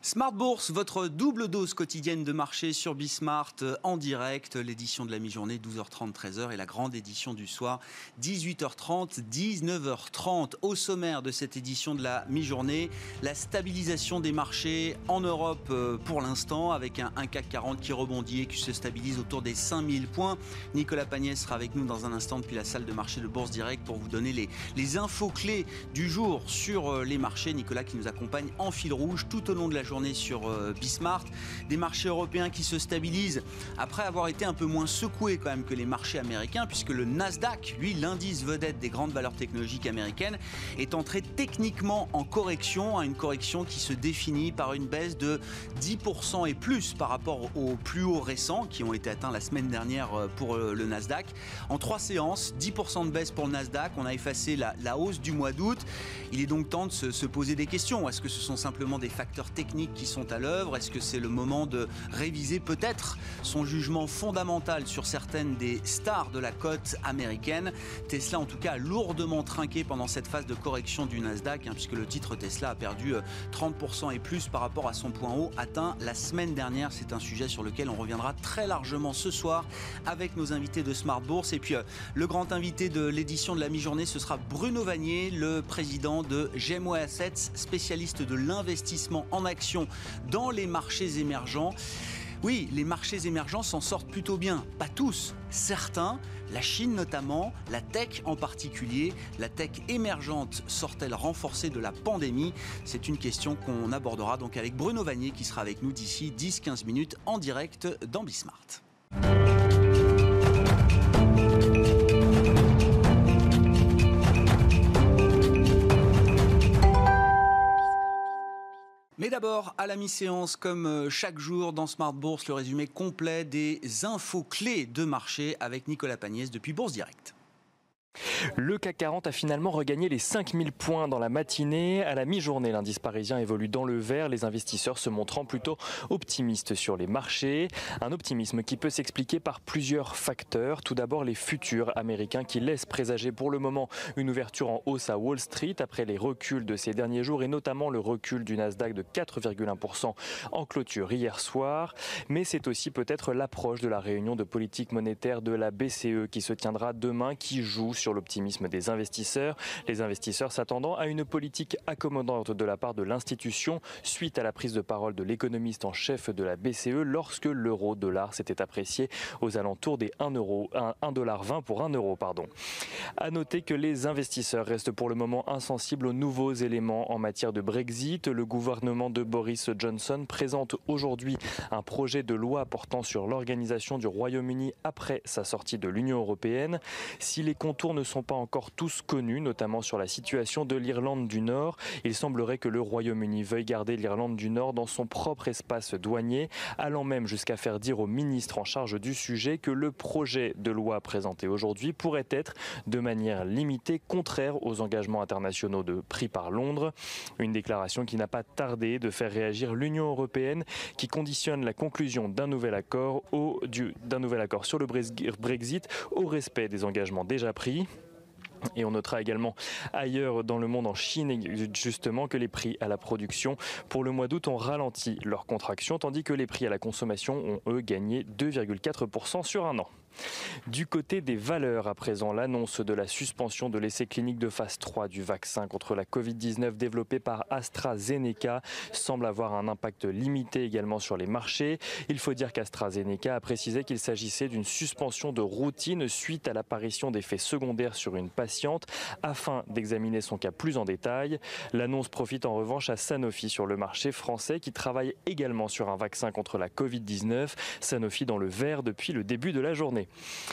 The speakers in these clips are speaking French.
Smart Bourse, votre double dose quotidienne de marché sur Bismart en direct. L'édition de la mi-journée 12h30, 13h et la grande édition du soir 18h30, 19h30. Au sommaire de cette édition de la mi-journée, la stabilisation des marchés en Europe pour l'instant avec un CAC 40 qui rebondit et qui se stabilise autour des 5000 points. Nicolas Pagnès sera avec nous dans un instant depuis la salle de marché de Bourse Direct pour vous donner les infos clés du jour sur les marchés. Nicolas qui nous accompagne en fil rouge tout au long de la journée sur Bismart. Des marchés européens qui se stabilisent après avoir été un peu moins secoués quand même que les marchés américains, puisque le Nasdaq, lui, l'indice vedette des grandes valeurs technologiques américaines, est entré techniquement en correction, une correction qui se définit par une baisse de 10% et plus par rapport aux plus hauts récents qui ont été atteints la semaine dernière pour le Nasdaq. En 3 séances, 10% de baisse pour le Nasdaq. On a effacé la hausse du mois d'août. Il est donc temps de se poser des questions. Est-ce que ce sont simplement des facteurs techniques qui sont à l'œuvre? Est-ce que c'est le moment de réviser peut-être son jugement fondamental sur certaines des stars de la cote américaine? Tesla en tout cas a lourdement trinqué pendant cette phase de correction du Nasdaq, puisque le titre Tesla a perdu 30% et plus par rapport à son point haut atteint la semaine dernière. C'est un sujet sur lequel on reviendra très largement ce soir avec nos invités de Smart Bourse. Et puis le grand invité de l'édition de la mi-journée, ce sera Bruno Vanier, le président de Gemway Assets, spécialiste de l'investissement en actions dans les marchés émergents. Oui, les marchés émergents s'en sortent plutôt bien. Pas tous, certains. La Chine notamment, la tech en particulier. La tech émergente sort-elle renforcée de la pandémie? C'est une question qu'on abordera donc avec Bruno Vanier qui sera avec nous d'ici 10-15 minutes en direct dans Bismart. Mais d'abord, à la mi-séance, comme chaque jour dans Smart Bourse, le résumé complet des infos clés de marché avec Nicolas Pagnès depuis Bourse Direct. Le CAC 40 a finalement regagné les 5000 points dans la matinée. À la mi-journée, l'indice parisien évolue dans le vert, les investisseurs se montrant plutôt optimistes sur les marchés. Un optimisme qui peut s'expliquer par plusieurs facteurs. Tout d'abord, les futurs américains qui laissent présager pour le moment une ouverture en hausse à Wall Street après les reculs de ces derniers jours et notamment le recul du Nasdaq de 4,1% en clôture hier soir. Mais c'est aussi peut-être l'approche de la réunion de politique monétaire de la BCE qui se tiendra demain qui joue sur l'optimisme des investisseurs. Les investisseurs s'attendant à une politique accommodante de la part de l'institution suite à la prise de parole de l'économiste en chef de la BCE lorsque l'euro-dollar s'était apprécié aux alentours des 1,20$ pour 1 euro. À noter que les investisseurs restent pour le moment insensibles aux nouveaux éléments en matière de Brexit. Le gouvernement de Boris Johnson présente aujourd'hui un projet de loi portant sur l'organisation du Royaume-Uni après sa sortie de l'Union européenne. Si les contours ne sont pas encore tous connus, notamment sur la situation de l'Irlande du Nord, il semblerait que le Royaume-Uni veuille garder l'Irlande du Nord dans son propre espace douanier, allant même jusqu'à faire dire au ministre en charge du sujet que le projet de loi présenté aujourd'hui pourrait être de manière limitée contraire aux engagements internationaux pris par Londres. Une déclaration qui n'a pas tardé de faire réagir l'Union européenne qui conditionne la conclusion d'un nouvel accord sur le Brexit au respect des engagements déjà pris. Et on notera également ailleurs dans le monde, en Chine justement, que les prix à la production pour le mois d'août ont ralenti leur contraction, tandis que les prix à la consommation ont eux gagné 2,4% sur un an. Du côté des valeurs à présent, l'annonce de la suspension de l'essai clinique de phase 3 du vaccin contre la Covid-19 développé par AstraZeneca semble avoir un impact limité également sur les marchés. Il faut dire qu'AstraZeneca a précisé qu'il s'agissait d'une suspension de routine suite à l'apparition d'effets secondaires sur une patiente afin d'examiner son cas plus en détail. L'annonce profite en revanche à Sanofi sur le marché français qui travaille également sur un vaccin contre la Covid-19. Sanofi dans le vert depuis le début de la journée.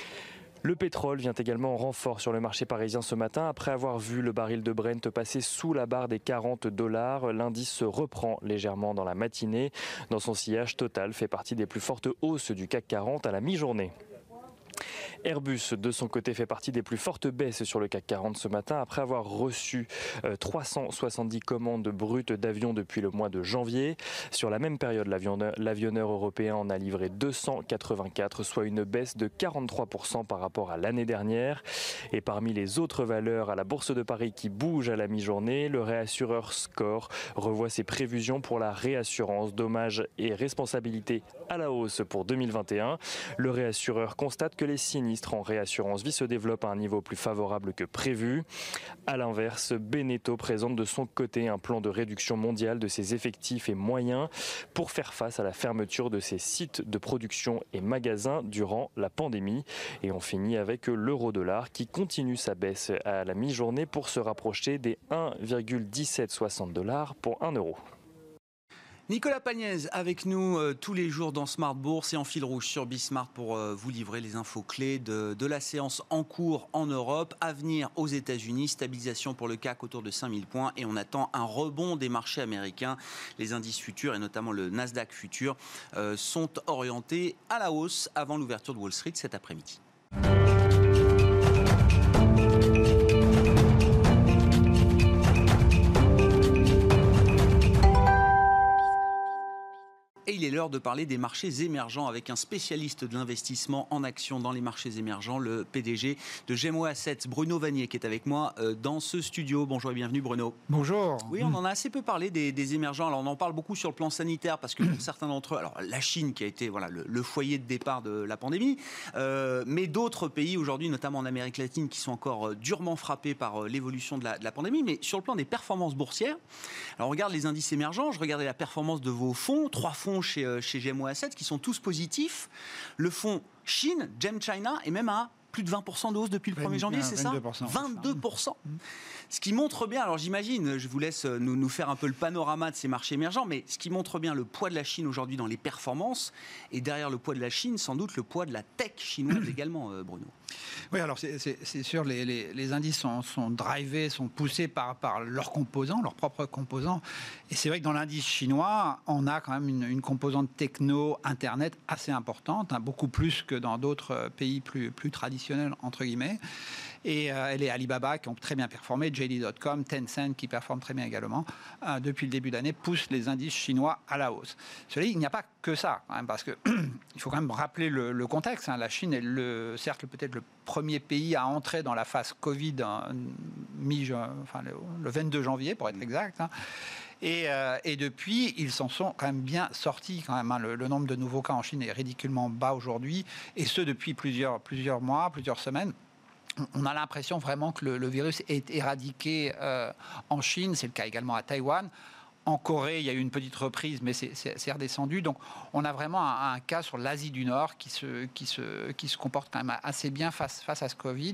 Le pétrole vient également en renfort sur le marché parisien ce matin. Après avoir vu le baril de Brent passer sous la barre des $40, l'indice se reprend légèrement dans la matinée. Dans son sillage, Total fait partie des plus fortes hausses du CAC 40 à la mi-journée. Airbus, de son côté, fait partie des plus fortes baisses sur le CAC 40 ce matin après avoir reçu 370 commandes brutes d'avions depuis le mois de janvier. Sur la même période, l'avionneur européen en a livré 284, soit une baisse de 43% par rapport à l'année dernière. Et parmi les autres valeurs à la Bourse de Paris qui bougent à la mi-journée, le réassureur Score revoit ses prévisions pour la réassurance, dommages et responsabilités à la hausse pour 2021. Le réassureur constate que les sinistres en réassurance vie se développent à un niveau plus favorable que prévu. A l'inverse, Beneteau présente de son côté un plan de réduction mondiale de ses effectifs et moyens pour faire face à la fermeture de ses sites de production et magasins durant la pandémie. Et on finit avec l'euro-dollar qui continue sa baisse à la mi-journée pour se rapprocher des 1,1760 $ pour 1 euro. Nicolas Pagnès avec nous tous les jours dans Smart Bourse et en fil rouge sur Bismart pour vous livrer les infos clés de la séance en cours en Europe. À venir aux États-Unis, stabilisation pour le CAC autour de 5000 points et on attend un rebond des marchés américains. Les indices futurs et notamment le Nasdaq futur sont orientés à la hausse avant l'ouverture de Wall Street cet après-midi. Et il est l'heure de parler des marchés émergents avec un spécialiste de l'investissement en actions dans les marchés émergents, le PDG de GEMO Assets, Bruno Vanier, qui est avec moi dans ce studio. Bonjour et bienvenue Bruno. Bonjour. Oui, on en a assez peu parlé des émergents. Alors on en parle beaucoup sur le plan sanitaire parce que pour certains d'entre eux, alors la Chine qui a été le foyer de départ de la pandémie, mais d'autres pays aujourd'hui, notamment en Amérique latine, qui sont encore durement frappés par l'évolution de la pandémie. Mais sur le plan des performances boursières, alors on regarde les indices émergents, je regardais la performance de vos fonds, 3 fonds chez GEMO Assets qui sont tous positifs. Le fonds Chine, GEM China, est même à plus de 20% de hausse depuis le 1er janvier, c'est ça ? 22%. Ce qui montre bien, alors j'imagine, je vous laisse nous faire un peu le panorama de ces marchés émergents, mais ce qui montre bien le poids de la Chine aujourd'hui dans les performances, et derrière le poids de la Chine, sans doute le poids de la tech chinoise également, Bruno. Oui, alors c'est sûr, les indices sont drivés, sont poussés par leurs composants, leurs propres composants. Et c'est vrai que dans l'indice chinois, on a quand même une composante techno, Internet assez importante, beaucoup plus que dans d'autres pays plus traditionnels, entre guillemets. Et les Alibaba qui ont très bien performé, JD.com, Tencent qui performent très bien également, depuis le début d'année, poussent les indices chinois à la hausse. Cela dit, il n'y a pas que ça, quand même, parce qu'il faut quand même rappeler le contexte. La Chine est certes peut-être le premier pays à entrer dans la phase Covid le 22 janvier, pour être exact. Et depuis, ils s'en sont quand même bien sortis. Quand même, le nombre de nouveaux cas en Chine est ridiculement bas aujourd'hui, et ce depuis plusieurs mois, plusieurs semaines. On a l'impression vraiment que le virus est éradiqué en Chine. C'est le cas également à Taïwan. En Corée, il y a eu une petite reprise, mais c'est redescendu. Donc, on a vraiment un cas sur l'Asie du Nord qui se comporte quand même assez bien face à ce Covid.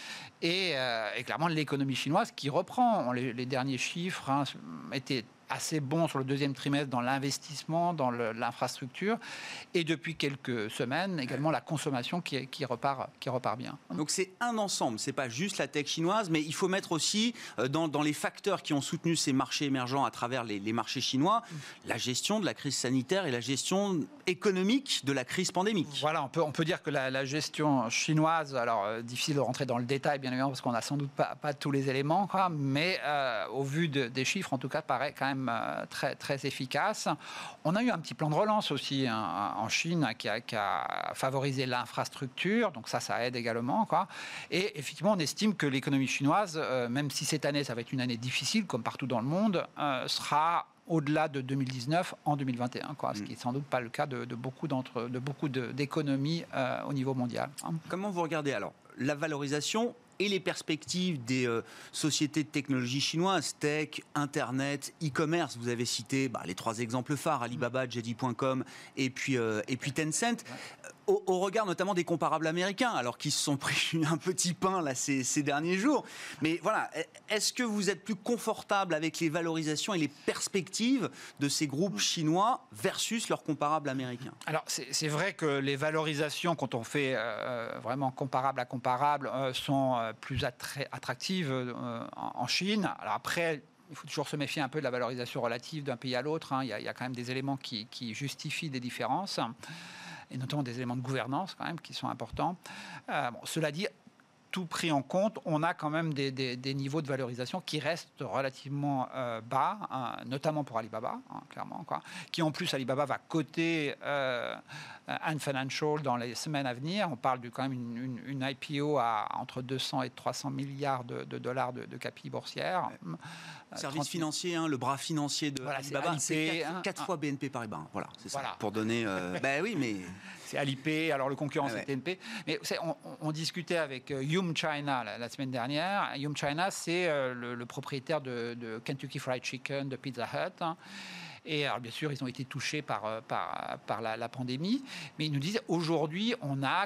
Et clairement, l'économie chinoise qui reprend. Les derniers chiffres étaient assez bons sur le deuxième trimestre dans l'investissement, dans l'infrastructure. Et depuis quelques semaines, également la consommation qui repart bien. Donc c'est un ensemble, c'est pas juste la tech chinoise, mais il faut mettre aussi dans les facteurs qui ont soutenu ces marchés émergents à travers les marchés chinois, la gestion de la crise sanitaire et la gestion économique de la crise pandémique. Voilà, on peut dire que la gestion chinoise, alors difficile de rentrer dans le détail bien évidemment parce qu'on n'a sans doute pas tous les éléments, mais au vu des chiffres en tout cas paraît quand même très, très efficace. On a eu un petit plan de relance aussi en Chine qui a favorisé l'infrastructure, donc ça aide également. Et effectivement, on estime que l'économie chinoise, même si cette année, ça va être une année difficile, comme partout dans le monde, sera au-delà de 2019 en 2021, ce qui n'est sans doute pas le cas de beaucoup d'économies au niveau mondial. Comment vous regardez alors la valorisation et les perspectives des sociétés de technologie chinoises, tech, Internet, e-commerce? Vous avez cité les 3 exemples phares, Alibaba, JD.com et puis Tencent. Au regard notamment des comparables américains, alors qu'ils se sont pris un petit pain là, ces derniers jours. Mais voilà, est-ce que vous êtes plus confortable avec les valorisations et les perspectives de ces groupes chinois versus leurs comparables américains? Alors, c'est vrai que les valorisations, quand on fait vraiment comparable à comparable, sont plus attractives en Chine. Alors après, il faut toujours se méfier un peu de la valorisation relative d'un pays à l'autre. Il y a quand même des éléments qui justifient des différences. et notamment des éléments de gouvernance quand même qui sont importants. Cela dit, tout pris en compte, on a quand même des niveaux de valorisation qui restent relativement bas, notamment pour Alibaba, clairement. Qui en plus, Alibaba va coter Ant Financial dans les semaines à venir. On parle de quand même une IPO à entre 200 et 300 milliards de dollars de capitale boursière. Service financier, le bras financier de Alibaba, c'est 4 fois BNP Paribas. Voilà, c'est ça. Pour donner... oui, mais... C'est Alipay, alors le concurrent c'est TNP. Mais on discutait avec Yum China la semaine dernière. Yum China, c'est le propriétaire de Kentucky Fried Chicken, de Pizza Hut. Et alors, bien sûr, ils ont été touchés par la pandémie. Mais ils nous disent, aujourd'hui, on a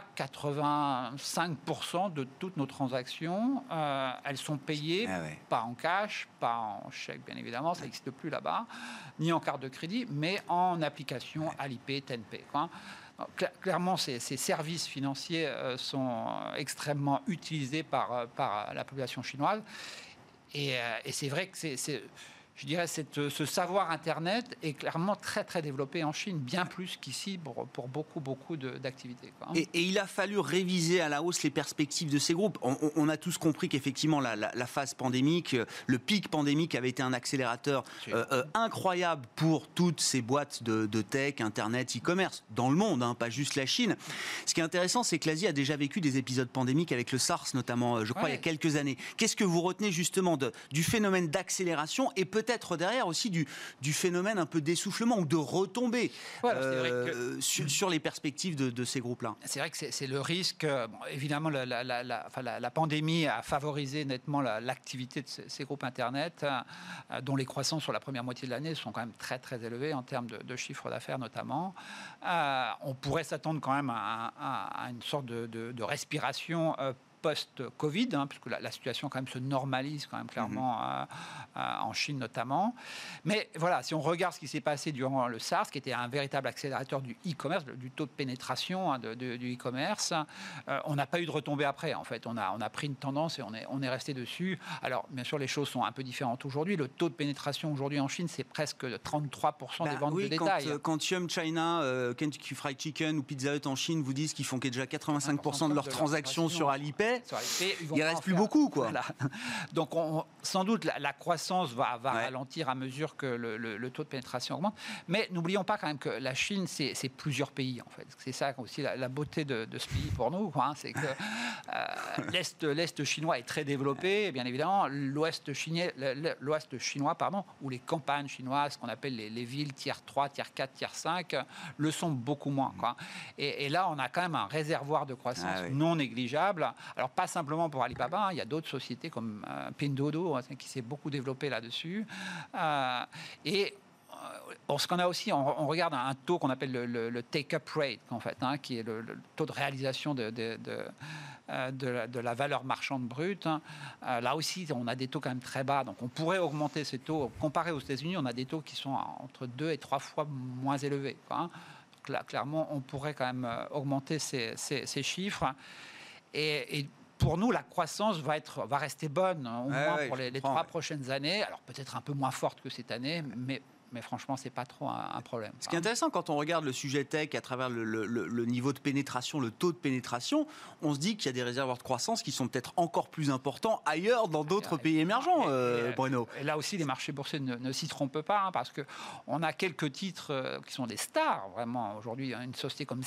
85% de toutes nos transactions. Elles sont payées pas en cash, pas en chèque, bien évidemment, ça n'existe plus là-bas, ni en carte de crédit, mais en application Alipay, TNP. Clairement, ces services financiers sont extrêmement utilisés par la population chinoise. Et c'est vrai que je dirais ce savoir Internet est clairement très, très développé en Chine, bien plus qu'ici pour beaucoup d'activités. Et il a fallu réviser à la hausse les perspectives de ces groupes. On a tous compris qu'effectivement, la phase pandémique, le pic pandémique avait été un accélérateur incroyable pour toutes ces boîtes de tech, Internet, e-commerce, dans le monde, pas juste la Chine. Ce qui est intéressant, c'est que l'Asie a déjà vécu des épisodes pandémiques avec le SARS, notamment, je crois, il y a quelques années. Qu'est-ce que vous retenez justement du phénomène d'accélération et peut-être derrière aussi du phénomène un peu d'essoufflement ou de retombée sur les perspectives de ces groupes-là? C'est vrai que c'est le risque. Évidemment, la pandémie a favorisé nettement l'activité de ces groupes Internet, dont les croissances sur la première moitié de l'année sont quand même très, très élevées en termes de chiffre d'affaires notamment. On pourrait s'attendre quand même à une sorte de respiration post-Covid, puisque la situation quand même se normalise quand même clairement en Chine notamment. Mais voilà, si on regarde ce qui s'est passé durant le SARS, qui était un véritable accélérateur du e-commerce, du taux de pénétration du e-commerce, on n'a pas eu de retombée après. En fait, on a pris une tendance et on est resté dessus. Alors, bien sûr, les choses sont un peu différentes aujourd'hui. Le taux de pénétration aujourd'hui en Chine, c'est presque 33% des ventes de détail. Quand Yum China, Kentucky Fried Chicken ou Pizza Hut en Chine vous disent qu'ils font déjà 85% de leurs transactions sur Alipay, il ne reste plus beaucoup, quoi. Voilà. Donc, sans doute, la croissance va ralentir à mesure que le taux de pénétration augmente. Mais n'oublions pas quand même que la Chine, c'est plusieurs pays, en fait. C'est ça aussi la beauté de ce pays pour nous, c'est que l'Est chinois est très développé, bien évidemment. L'Ouest chinois, ou les campagnes chinoises, ce qu'on appelle les villes tiers 3, tiers 4, tiers 5, le sont beaucoup moins. Et là, on a quand même un réservoir de croissance non négligeable. Alors, pas simplement pour Alibaba, il y a d'autres sociétés comme Pinduoduo qui s'est beaucoup développé là-dessus. Ce qu'on a aussi, on regarde un taux qu'on appelle le take-up rate, en fait, qui est le taux de réalisation de la valeur marchande brute. Là aussi, on a des taux quand même très bas. Donc, on pourrait augmenter ces taux. Comparé aux États-Unis, on a des taux qui sont entre 2 et 3 fois moins élevés. Donc là, clairement, on pourrait quand même augmenter ces chiffres. Et pour nous, la croissance va rester bonne, au moins pour les 3 prochaines années. Alors peut-être un peu moins forte que cette année, mais franchement, ce n'est pas trop un problème. Ce qui est intéressant quand on regarde le sujet tech à travers le niveau de pénétration, le taux de pénétration, on se dit qu'il y a des réservoirs de croissance qui sont peut-être encore plus importants ailleurs dans d'autres pays émergents, Bruno. Et là aussi, les marchés boursiers ne s'y trompent pas, parce qu'on a quelques titres qui sont des stars, vraiment. Aujourd'hui, une société comme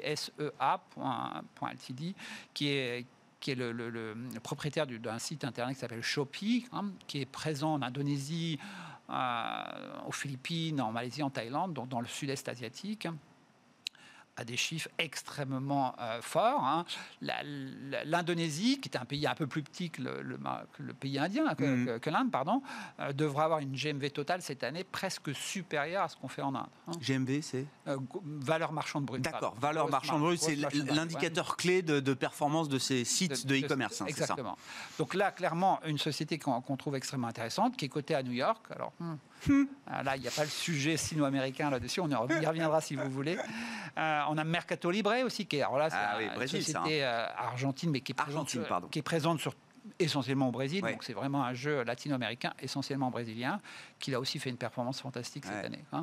SEA.ltd qui est le propriétaire d'un site internet qui s'appelle Shopee, qui est présent en Indonésie, aux Philippines, en Malaisie, en Thaïlande, donc dans le sud-est asiatique, à des chiffres extrêmement forts. L'Indonésie, qui est un pays un peu plus petit que le pays indien, que l'Inde, devra avoir une GMV totale cette année presque supérieure à ce qu'on fait en Inde. GMV, c'est valeur marchande brute. D'accord, valeur marchande brute, c'est l'indicateur clé de performance de ces sites de e-commerce. Exactement. Donc là, clairement, une société qu'on trouve extrêmement intéressante, qui est cotée à New York. Alors, là, il n'y a pas le sujet sino-américain là-dessus, on y reviendra si vous voulez. On a Mercado Libre aussi, qui est, alors là, une société argentine, mais qui est présente essentiellement au Brésil. Donc c'est vraiment un jeu latino-américain, essentiellement brésilien, qui a aussi fait une performance fantastique cette année.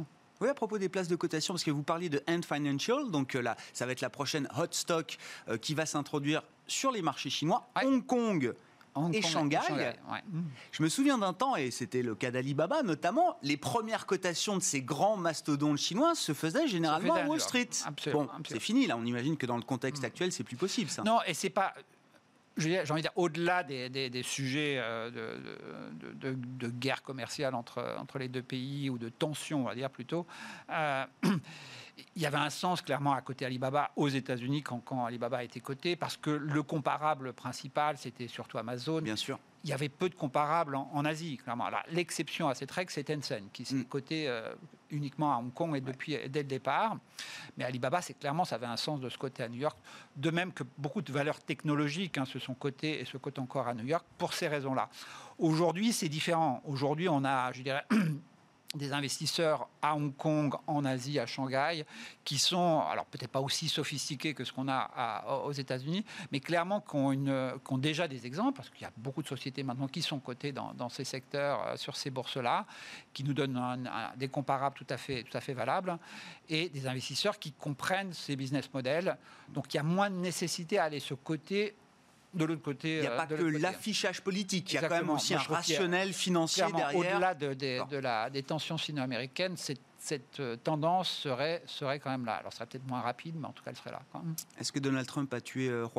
Oui, à propos des places de cotation, parce que vous parliez de Ant Financial, donc là, ça va être la prochaine hot stock qui va s'introduire sur les marchés chinois, Hong Kong et Shanghai. Ouais. Je me souviens d'un temps, et c'était le cas d'Alibaba notamment, les premières cotations de ces grands mastodontes chinois se faisaient généralement à Wall Street. Absolument. C'est fini, là, on imagine que dans le contexte actuel, c'est plus possible, ça. Non, et c'est pas... J'ai envie de dire, au-delà des sujets de guerre commerciale entre les deux pays, ou de tension, on va dire plutôt, il y avait un sens clairement à coter Alibaba aux États-Unis quand Alibaba a été coté, parce que le comparable principal, c'était surtout Amazon. Bien sûr. Il y avait peu de comparables en Asie, clairement. Alors, l'exception à cette règle, c'est Tencent, qui s'est coté uniquement à Hong Kong dès le départ. Mais Alibaba, ça avait un sens de se coter à New York. De même que beaucoup de valeurs technologiques se sont cotées et se cotent encore à New York pour ces raisons-là. Aujourd'hui, c'est différent. Aujourd'hui, on a, je dirais, des investisseurs à Hong Kong, en Asie, à Shanghai, qui sont, alors peut-être pas aussi sophistiqués que ce qu'on a aux États-Unis, mais clairement qui ont déjà des exemples, parce qu'il y a beaucoup de sociétés maintenant qui sont cotées dans ces secteurs, sur ces bourses-là, qui nous donnent des comparables tout à fait valables, et des investisseurs qui comprennent ces business models. Donc il y a moins de nécessité à aller se coter de l'autre côté. Il n'y a pas que l'affichage politique, il y a quand même aussi un rationnel financier derrière. Au-delà des tensions sino-américaines, cette tendance serait quand même là. Alors, ça serait peut-être moins rapide, mais en tout cas, elle serait là. Est-ce que Donald Trump a tué Huawei ?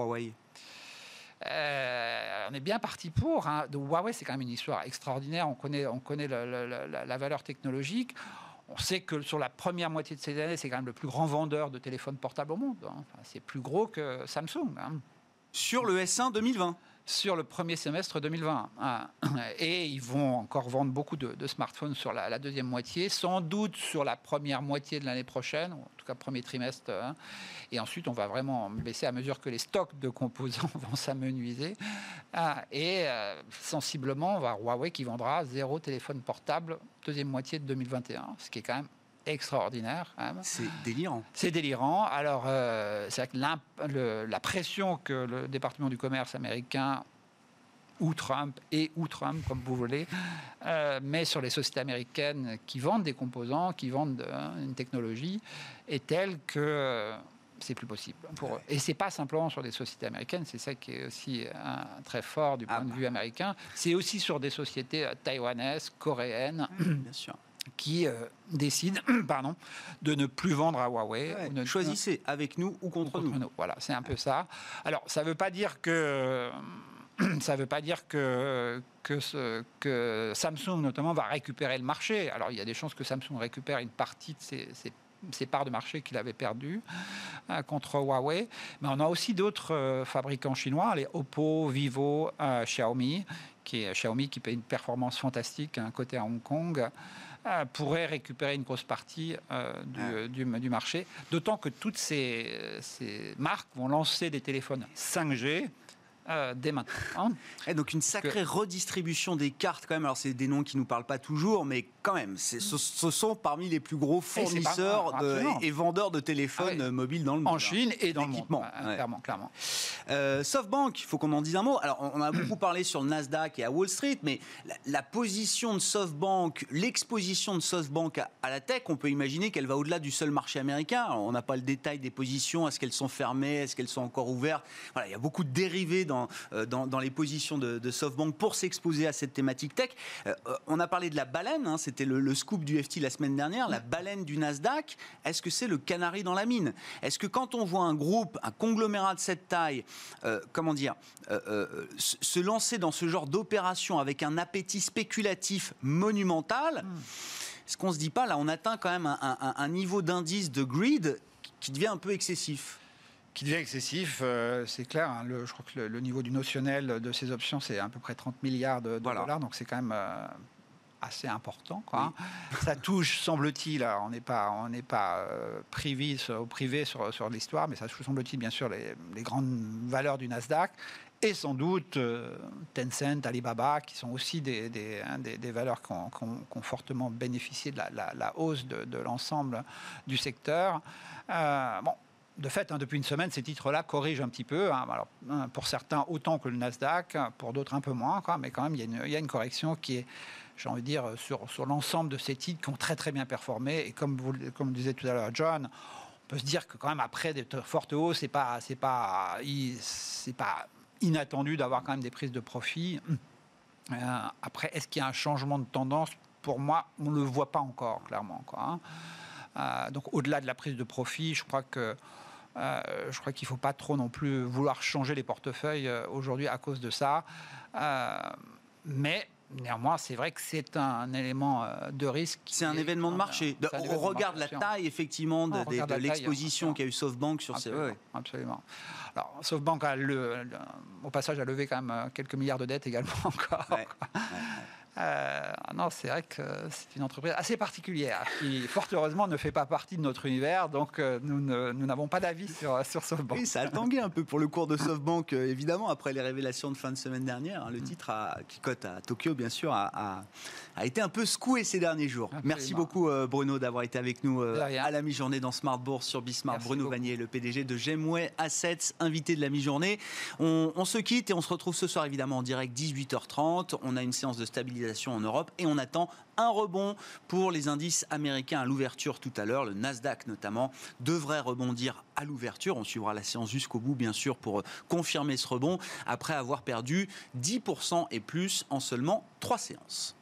On est bien parti pour. De Huawei, c'est quand même une histoire extraordinaire. On connaît la valeur technologique. On sait que sur la première moitié de ces années, c'est quand même le plus grand vendeur de téléphones portables au monde. Enfin, c'est plus gros que Samsung. Sur le S1 2020. Sur le premier semestre 2020. Et ils vont encore vendre beaucoup de smartphones sur la deuxième moitié, sans doute sur la première moitié de l'année prochaine, ou en tout cas premier trimestre. Et ensuite, on va vraiment baisser à mesure que les stocks de composants vont s'amenuiser. Et sensiblement, on va avoir Huawei qui vendra 0 téléphone portable deuxième moitié de 2021, ce qui est quand même extraordinaire. C'est délirant. C'est délirant. Alors, c'est vrai que la pression que le département du commerce américain, ou Trump, comme vous voulez, met sur les sociétés américaines qui vendent des composants, qui vendent une technologie, est telle que c'est plus possible pour eux. Et c'est pas simplement sur des sociétés américaines, c'est ça qui est aussi très fort du point de vue américain. C'est aussi sur des sociétés taïwanaises, coréennes. Bien sûr. Qui décident de ne plus vendre à Huawei. Ouais, choisissez avec nous ou contre nous. Voilà, c'est un peu ça. Alors, ça ne veut pas dire que Samsung, notamment, va récupérer le marché. Alors, il y a des chances que Samsung récupère une partie de ses parts de marché qu'il avait perdues contre Huawei. Mais on a aussi d'autres fabricants chinois, les Oppo, Vivo, Xiaomi qui paye une performance fantastique, côté à Hong Kong, pourrait récupérer une grosse partie du marché. D'autant que toutes ces marques vont lancer des téléphones 5G dès maintenant. Et donc une sacrée redistribution des cartes quand même. Alors c'est des noms qui nous parlent pas toujours, mais quand même, ce sont parmi les plus gros fournisseurs et vendeurs de téléphones mobiles dans le monde. En Chine et dans le monde. Clairement. SoftBank, il faut qu'on en dise un mot. Alors on a beaucoup parlé sur le Nasdaq et à Wall Street, mais la position de SoftBank, l'exposition de SoftBank à la tech, on peut imaginer qu'elle va au-delà du seul marché américain. Alors, on n'a pas le détail des positions. Est-ce qu'elles sont fermées? Est-ce qu'elles sont encore ouvertes? Voilà, il y a beaucoup de dérivés dans les positions de SoftBank pour s'exposer à cette thématique tech. On a parlé de la baleine, c'était le scoop du FT la semaine dernière, la baleine du Nasdaq. Est-ce que c'est le canari dans la mine? Est-ce que quand on voit un groupe, un conglomérat de cette taille, se lancer dans ce genre d'opération avec un appétit spéculatif monumental, est-ce qu'on ne se dit pas, là, on atteint quand même un niveau d'indice de greed qui devient un peu excessif? Qui devient excessif, c'est clair. Je crois que le niveau du notionnel de ces options, c'est à peu près 30 milliards de dollars, donc c'est quand même assez important. Oui. Ça touche, semble-t-il, on n'est pas privé sur l'histoire, mais ça touche, semble-t-il, bien sûr, les grandes valeurs du Nasdaq, et sans doute Tencent, Alibaba, qui sont aussi des valeurs qui ont fortement bénéficié de la hausse de l'ensemble du secteur. De fait, depuis une semaine, ces titres-là corrigent un petit peu. Alors, pour certains, autant que le Nasdaq, pour d'autres, un peu moins. Mais quand même, il y a une correction qui est j'ai envie de dire, sur l'ensemble de ces titres qui ont très très bien performé. Et comme le disait tout à l'heure John, on peut se dire que quand même après des fortes hausses, c'est pas inattendu d'avoir quand même des prises de profit. Après, est-ce qu'il y a un changement de tendance? Pour moi, on ne le voit pas encore, clairement, quoi, hein. Donc, au-delà de la prise de profit, je crois qu'il ne faut pas trop non plus vouloir changer les portefeuilles aujourd'hui à cause de ça. Mais néanmoins, c'est vrai que c'est un élément de risque. C'est un événement de marché. On regarde la taille, effectivement, de l'exposition qu'a eu SoftBank sur ces... Absolument. Alors, SoftBank, au passage, a levé quand même quelques milliards de dettes également encore. Ouais. Non, c'est vrai que c'est une entreprise assez particulière qui, fort heureusement, ne fait pas partie de notre univers. Donc, nous n'avons pas d'avis sur SoftBank. Oui, ça a tangué un peu pour le cours de SoftBank, évidemment, après les révélations de fin de semaine dernière. Le titre qui cote à Tokyo, bien sûr, a été un peu secoué ces derniers jours. Absolument. Merci beaucoup, Bruno, d'avoir été avec nous à la mi-journée dans Smart Bourse sur Bismart. Merci Bruno Vanier, le PDG de Gemway Assets, invité de la mi-journée. On se quitte et on se retrouve ce soir, évidemment, en direct, 18h30. On a une séance de stabilisation en Europe et on attend un rebond pour les indices américains à l'ouverture tout à l'heure. Le Nasdaq notamment devrait rebondir à l'ouverture. On suivra la séance jusqu'au bout bien sûr pour confirmer ce rebond après avoir perdu 10% et plus en seulement 3 séances.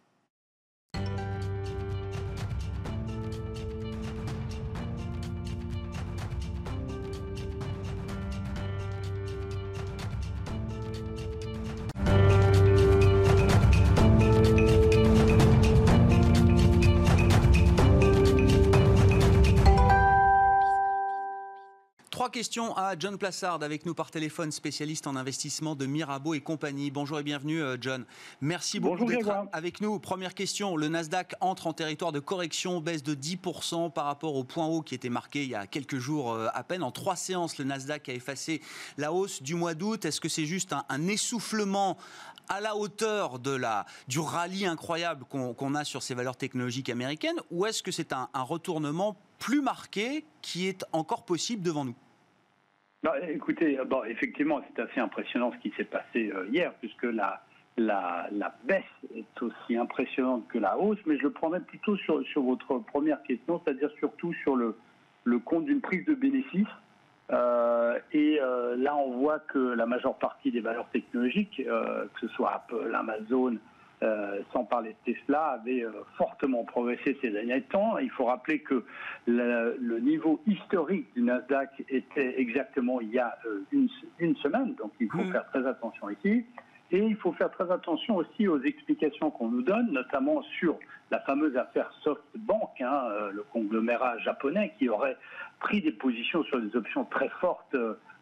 Trois questions à John Plassard avec nous par téléphone, spécialiste en investissement de Mirabeau et compagnie. Bonjour et bienvenue John. Merci beaucoup d'être avec nous. Première question, le Nasdaq entre en territoire de correction, baisse de 10% par rapport au point haut qui était marqué il y a quelques jours à peine. En 3 séances, le Nasdaq a effacé la hausse du mois d'août. Est-ce que c'est juste un essoufflement à la hauteur du rallye incroyable qu'on a sur ces valeurs technologiques américaines, ou est-ce que c'est un retournement plus marqué qui est encore possible devant nous? Écoutez, effectivement, c'est assez impressionnant ce qui s'est passé hier, puisque la baisse est aussi impressionnante que la hausse, mais je le prendrais plutôt sur votre première question, c'est-à-dire surtout sur le compte d'une prise de bénéfice. Là, on voit que la majeure partie des valeurs technologiques, que ce soit Apple, Amazon, sans parler de Tesla, avait fortement progressé ces derniers temps. Il faut rappeler que le niveau historique du Nasdaq était exactement il y a une semaine, donc il faut faire très attention ici. Et il faut faire très attention aussi aux explications qu'on nous donne, notamment sur la fameuse affaire SoftBank, le conglomérat japonais qui aurait pris des positions sur des options très fortes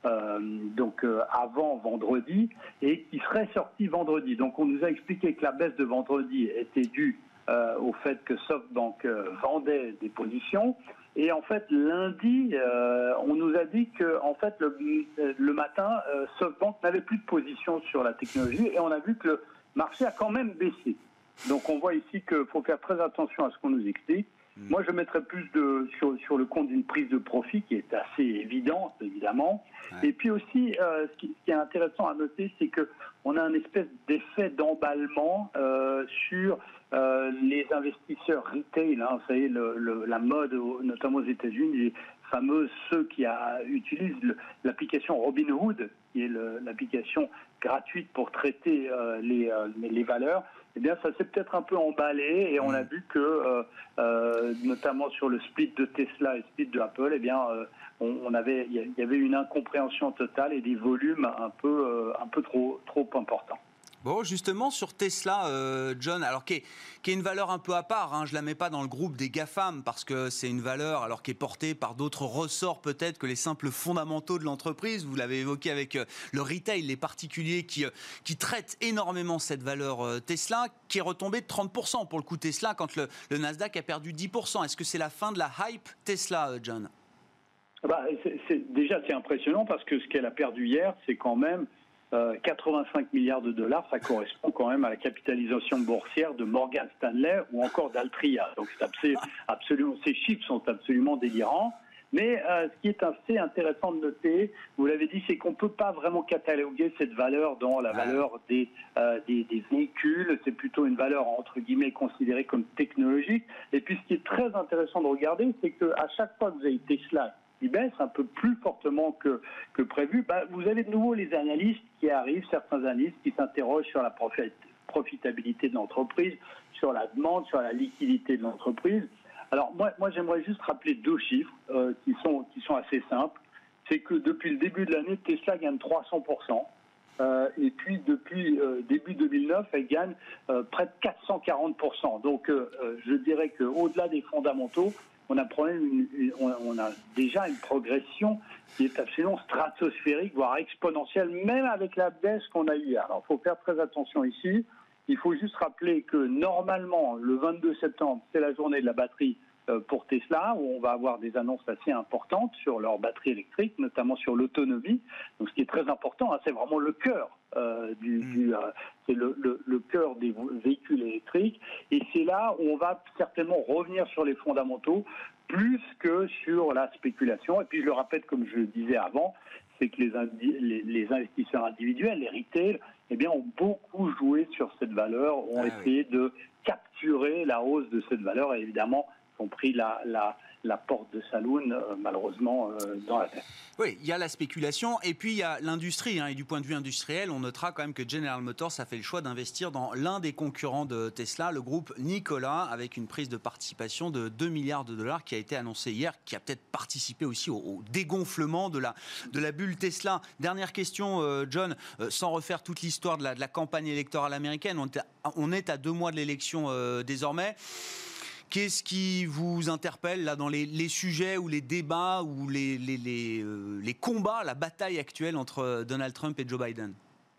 avant vendredi et qui serait sorti vendredi. Donc on nous a expliqué que la baisse de vendredi était due au fait que SoftBank vendait des positions. Et en fait, lundi, on nous a dit que en fait, le matin, SoftBank n'avait plus de position sur la technologie et on a vu que le marché a quand même baissé. Donc on voit ici qu'il faut faire très attention à ce qu'on nous explique. Moi, je mettrais plus sur le compte d'une prise de profit qui est assez évidente, évidemment. Ouais. Et puis aussi, ce qui est intéressant à noter, c'est qu'on a un espèce d'effet d'emballement sur les investisseurs retail. Vous savez, la mode, notamment aux États-Unis, les fameux ceux qui utilisent l'application Robinhood, qui est l'application gratuite pour traiter les valeurs. Eh bien, ça s'est peut-être un peu emballé et on a vu que, notamment sur le split de Tesla et le split de Apple, eh bien, il y avait une incompréhension totale et des volumes un peu trop importants. Bon, justement, sur Tesla, John, alors qui est une valeur un peu à part, je ne la mets pas dans le groupe des GAFAM parce que c'est une valeur alors qui est portée par d'autres ressorts peut-être que les simples fondamentaux de l'entreprise. Vous l'avez évoqué avec le retail, les particuliers qui traitent énormément cette valeur Tesla, qui est retombée de 30% pour le coup Tesla quand le Nasdaq a perdu 10%. Est-ce que c'est la fin de la hype Tesla, John? Déjà, c'est impressionnant parce que ce qu'elle a perdu hier, c'est quand même 85 milliards de dollars, ça correspond quand même à la capitalisation boursière de Morgan Stanley ou encore d'Altria. Donc absolument, ces chiffres sont absolument délirants. Mais ce qui est assez intéressant de noter, vous l'avez dit, c'est qu'on ne peut pas vraiment cataloguer cette valeur dans la valeur des véhicules. C'est plutôt une valeur, entre guillemets, considérée comme technologique. Et puis, ce qui est très intéressant de regarder, c'est qu'à chaque fois que vous avez Tesla qui baisse un peu plus fortement que prévu, vous avez de nouveau les analystes qui arrivent, certains analystes qui s'interrogent sur la profitabilité de l'entreprise, sur la demande, sur la liquidité de l'entreprise. Alors moi j'aimerais juste rappeler 2 chiffres qui sont assez simples. C'est que depuis le début de l'année, Tesla gagne 300%. Et puis depuis début 2009, elle gagne près de 440%. Donc je dirais qu'au-delà des fondamentaux, on a déjà une progression qui est absolument stratosphérique, voire exponentielle, même avec la baisse qu'on a eue hier. Alors, il faut faire très attention ici. Il faut juste rappeler que normalement, le 22 septembre, c'est la journée de la batterie pour Tesla, où on va avoir des annonces assez importantes sur leur batterie électrique, notamment sur l'autonomie. Donc, ce qui est très important, c'est vraiment le cœur c'est le cœur des véhicules électriques. Et c'est là où on va certainement revenir sur les fondamentaux plus que sur la spéculation. Et puis, je le répète, comme je le disais avant, c'est que les investisseurs individuels, les retail, ont beaucoup joué sur cette valeur, ont essayé de capturer la hausse de cette valeur et évidemment ont pris la porte de saloon, malheureusement, dans la tête. Oui, il y a la spéculation et puis il y a l'industrie. Et du point de vue industriel, on notera quand même que General Motors a fait le choix d'investir dans l'un des concurrents de Tesla, le groupe Nikola, avec une prise de participation de 2 milliards de dollars qui a été annoncée hier, qui a peut-être participé aussi au dégonflement de la bulle Tesla. Dernière question, John, sans refaire toute l'histoire de la campagne électorale américaine, on est à 2 mois de l'élection désormais. Qu'est-ce qui vous interpelle là dans les sujets ou les débats ou les combats, la bataille actuelle entre Donald Trump et Joe Biden ?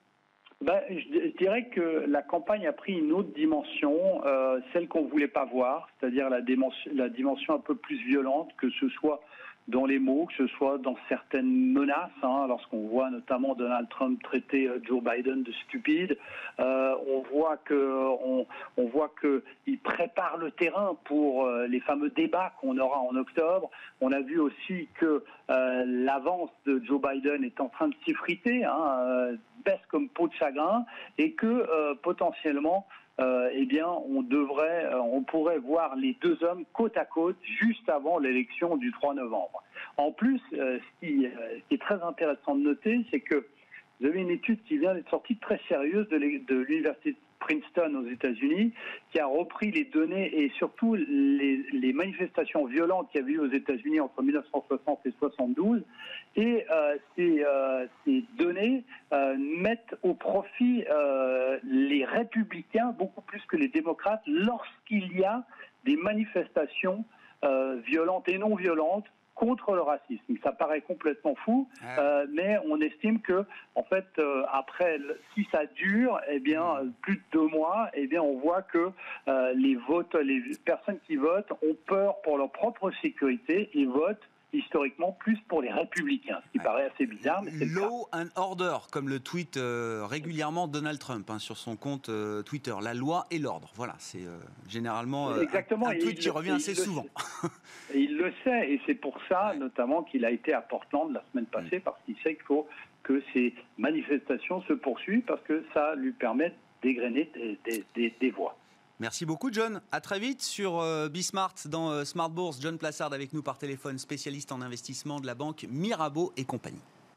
Je dirais que la campagne a pris une autre dimension, celle qu'on ne voulait pas voir, c'est-à-dire la dimension un peu plus violente, que ce soit dans les mots, que ce soit dans certaines menaces, lorsqu'on voit notamment Donald Trump traiter Joe Biden de stupide, on voit qu'il prépare le terrain pour les fameux débats qu'on aura en octobre. On a vu aussi que l'avance de Joe Biden est en train de s'effriter, baisse comme peau de chagrin, et que potentiellement on pourrait voir les 2 hommes côte à côte juste avant l'élection du 3 novembre. En plus, ce qui est très intéressant de noter, c'est que vous avez une étude qui vient d'être sortie très sérieuse de l'université de Princeton aux États-Unis, qui a repris les données et surtout les manifestations violentes qu'il y avait eu aux États-Unis entre 1960 et 1972. Et ces données mettent au profit les républicains beaucoup plus que les démocrates lorsqu'il y a des manifestations violentes et non violentes contre le racisme. Ça paraît complètement fou, mais on estime que, en fait, après, si ça dure, plus de 2 mois, on voit que les personnes qui votent ont peur pour leur propre sécurité et votent historiquement plus pour les républicains, ce qui paraît assez bizarre, mais c'est le cas. Law and order, comme le tweet régulièrement Donald Trump sur son compte Twitter. La loi et l'ordre. Voilà, c'est généralement un tweet qui revient assez souvent. Et il le sait, et c'est pour ça notamment qu'il a été à Portland la semaine passée, parce qu'il sait qu'il faut que ces manifestations se poursuivent, parce que ça lui permet d'égrainer des voix. Merci beaucoup, John. À très vite sur Bismart dans Smart Bourse. John Plassard avec nous par téléphone, spécialiste en investissement de la banque Mirabeau et compagnie.